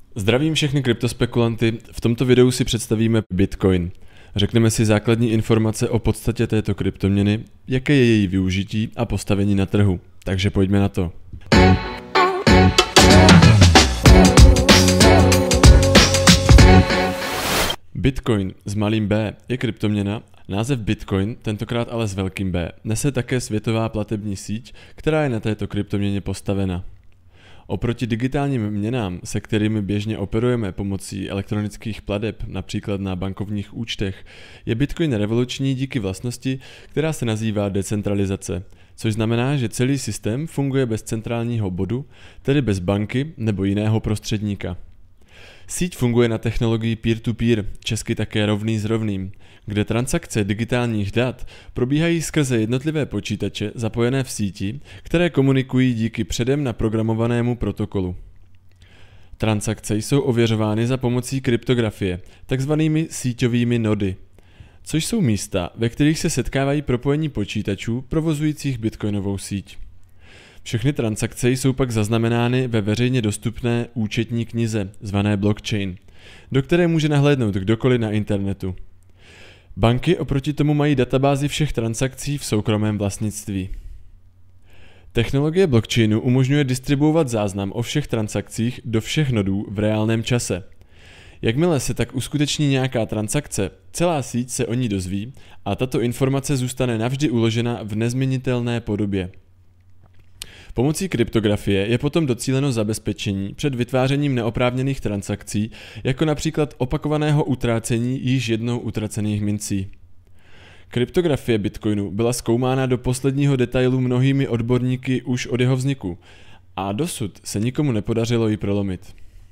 Zdravím všechny kryptospekulanty, v tomto videu si představíme Bitcoin. Řekneme si základní informace o podstatě této kryptoměny, jaké je její využití a postavení na trhu. Takže pojďme na to. Bitcoin s malým b je kryptoměna, název Bitcoin, tentokrát ale s velkým B, nese také světová platební síť, která je na této kryptoměně postavena. Oproti digitálním měnám, se kterými běžně operujeme pomocí elektronických plateb, například na bankovních účtech, je Bitcoin revoluční díky vlastnosti, která se nazývá decentralizace, což znamená, že celý systém funguje bez centrálního bodu, tedy bez banky nebo jiného prostředníka. Síť funguje na technologii peer-to-peer, česky také rovný s rovným, kde transakce digitálních dat probíhají skrze jednotlivé počítače zapojené v síti, které komunikují díky předem naprogramovanému protokolu. Transakce jsou ověřovány za pomocí kryptografie, takzvanými síťovými nody, což jsou místa, ve kterých se setkávají propojení počítačů provozujících bitcoinovou síť. Všechny transakce jsou pak zaznamenány ve veřejně dostupné účetní knize, zvané blockchain, do které může nahlédnout kdokoliv na internetu. Banky oproti tomu mají databázi všech transakcí v soukromém vlastnictví. Technologie blockchainu umožňuje distribuovat záznam o všech transakcích do všech nodů v reálném čase. Jakmile se tak uskuteční nějaká transakce, celá síť se o ní dozví a tato informace zůstane navždy uložena v nezměnitelné podobě. Pomocí kryptografie je potom docíleno zabezpečení před vytvářením neoprávněných transakcí, jako například opakovaného utrácení již jednou utracených mincí. Kryptografie Bitcoinu byla zkoumána do posledního detailu mnohými odborníky už od jeho vzniku a dosud se nikomu nepodařilo ji prolomit.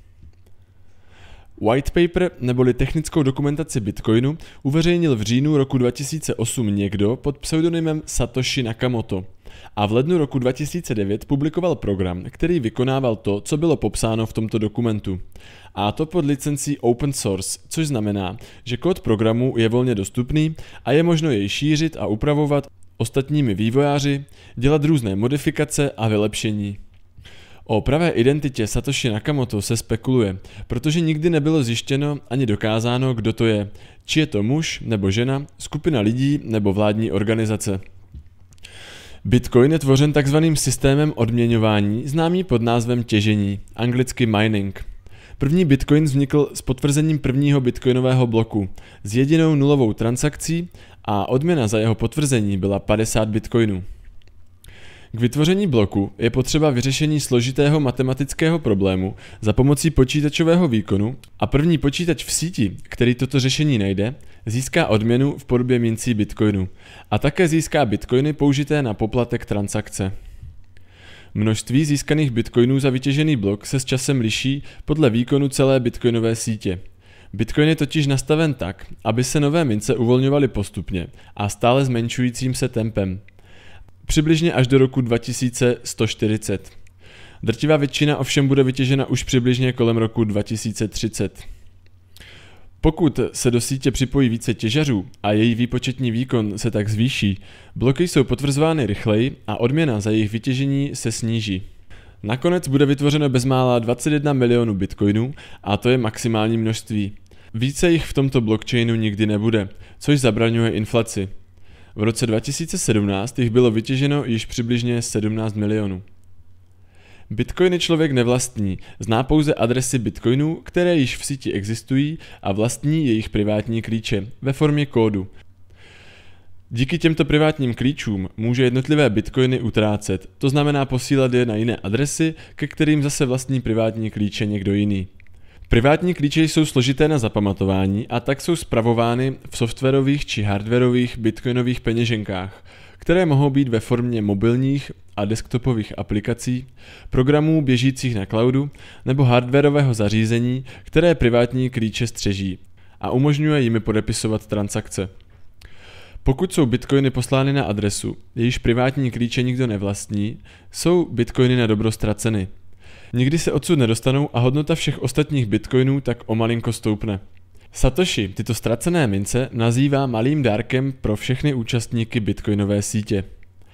White paper neboli technickou dokumentaci Bitcoinu uveřejnil v říjnu roku 2008 někdo pod pseudonymem Satoshi Nakamoto a v lednu roku 2009 publikoval program, který vykonával to, co bylo popsáno v tomto dokumentu. A to pod licencí open source, což znamená, že kód programu je volně dostupný a je možno jej šířit a upravovat ostatními vývojáři, dělat různé modifikace a vylepšení. O pravé identitě Satoshi Nakamoto se spekuluje, protože nikdy nebylo zjištěno ani dokázáno, kdo to je, či je to muž nebo žena, skupina lidí nebo vládní organizace. Bitcoin je tvořen takzvaným systémem odměňování, známý pod názvem těžení, anglicky mining. První Bitcoin vznikl s potvrzením prvního bitcoinového bloku, s jedinou nulovou transakcí a odměna za jeho potvrzení byla 50 bitcoinů. K vytvoření bloku je potřeba vyřešení složitého matematického problému za pomocí počítačového výkonu a první počítač v síti, který toto řešení najde, získá odměnu v podobě mincí bitcoinu a také získá bitcoiny použité na poplatek transakce. Množství získaných bitcoinů za vytěžený blok se s časem liší podle výkonu celé bitcoinové sítě. Bitcoin je totiž nastaven tak, aby se nové mince uvolňovaly postupně a stále zmenšujícím se tempem. Přibližně až do roku 2140. Drtivá většina ovšem bude vytěžena už přibližně kolem roku 2030. Pokud se do sítě připojí více těžařů a její výpočetní výkon se tak zvýší, bloky jsou potvrzovány rychleji a odměna za jejich vytěžení se sníží. Nakonec bude vytvořeno bezmála 21 milionů bitcoinů a to je maximální množství. Více jich v tomto blockchainu nikdy nebude, což zabraňuje inflaci. V roce 2017 jich bylo vytěženo již přibližně 17 milionů. Bitcoiny člověk nevlastní, zná pouze adresy bitcoinů, které již v síti existují a vlastní jejich privátní klíče ve formě kódu. Díky těmto privátním klíčům může jednotlivé bitcoiny utrácet, to znamená posílat je na jiné adresy, ke kterým zase vlastní privátní klíče někdo jiný. Privátní klíče jsou složité na zapamatování a tak jsou spravovány v softwarových či hardwarových bitcoinových peněženkách, které mohou být ve formě mobilních a desktopových aplikací, programů běžících na cloudu nebo hardwarového zařízení, které privátní klíče střeží a umožňuje jimi podepisovat transakce. Pokud jsou bitcoiny poslány na adresu, jejíž privátní klíče nikdo nevlastní, jsou bitcoiny na dobro ztraceny. Nikdy se odsud nedostanou a hodnota všech ostatních bitcoinů tak o malinko stoupne. Satoshi tyto ztracené mince nazývá malým dárkem pro všechny účastníky bitcoinové sítě.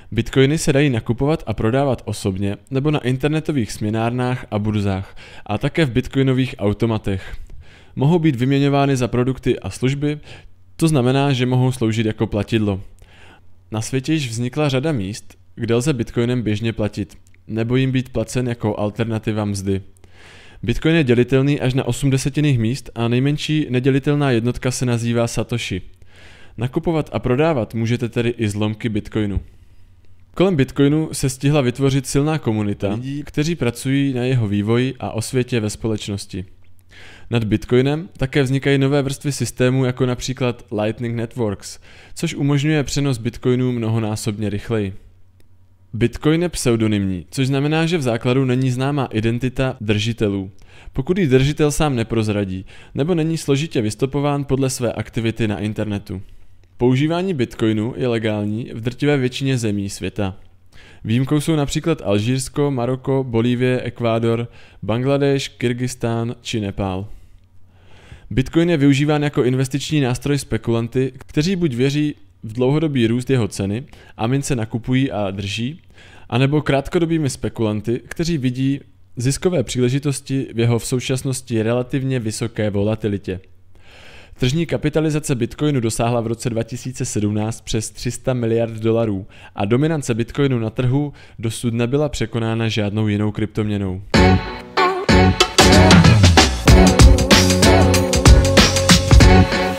Bitcoiny se dají nakupovat a prodávat osobně nebo na internetových směnárnách a burzách a také v bitcoinových automatech. Mohou být vyměňovány za produkty a služby, to znamená, že mohou sloužit jako platidlo. Na světě již vznikla řada míst, kde lze bitcoinem běžně platit, nebo jim být placen jako alternativa mzdy. Bitcoin je dělitelný až na 8 desetinných míst a nejmenší nedělitelná jednotka se nazývá satoshi. Nakupovat a prodávat můžete tedy i zlomky bitcoinu. Kolem bitcoinu se stihla vytvořit silná komunita lidí, kteří pracují na jeho vývoji a osvětě ve společnosti. Nad bitcoinem také vznikají nové vrstvy systémů jako například Lightning Networks, což umožňuje přenos bitcoinů mnohonásobně rychleji. Bitcoin je pseudonymní, což znamená, že v základu není známá identita držitelů, pokud ji držitel sám neprozradí, nebo není složitě vystopován podle své aktivity na internetu. Používání bitcoinu je legální v drtivé většině zemí světa. Výjimkou jsou například Alžírsko, Maroko, Bolívie, Ekvádor, Bangladeš, Kyrgyzstán či Nepál. Bitcoin je využíván jako investiční nástroj spekulanty, kteří buď věří v dlouhodobý růst jeho ceny a mince nakupují a drží, anebo krátkodobými spekulanty, kteří vidí ziskové příležitosti v jeho v současnosti relativně vysoké volatilitě. Tržní kapitalizace bitcoinu dosáhla v roce 2017 přes 300 miliard dolarů a dominance bitcoinu na trhu dosud nebyla překonána žádnou jinou kryptoměnou.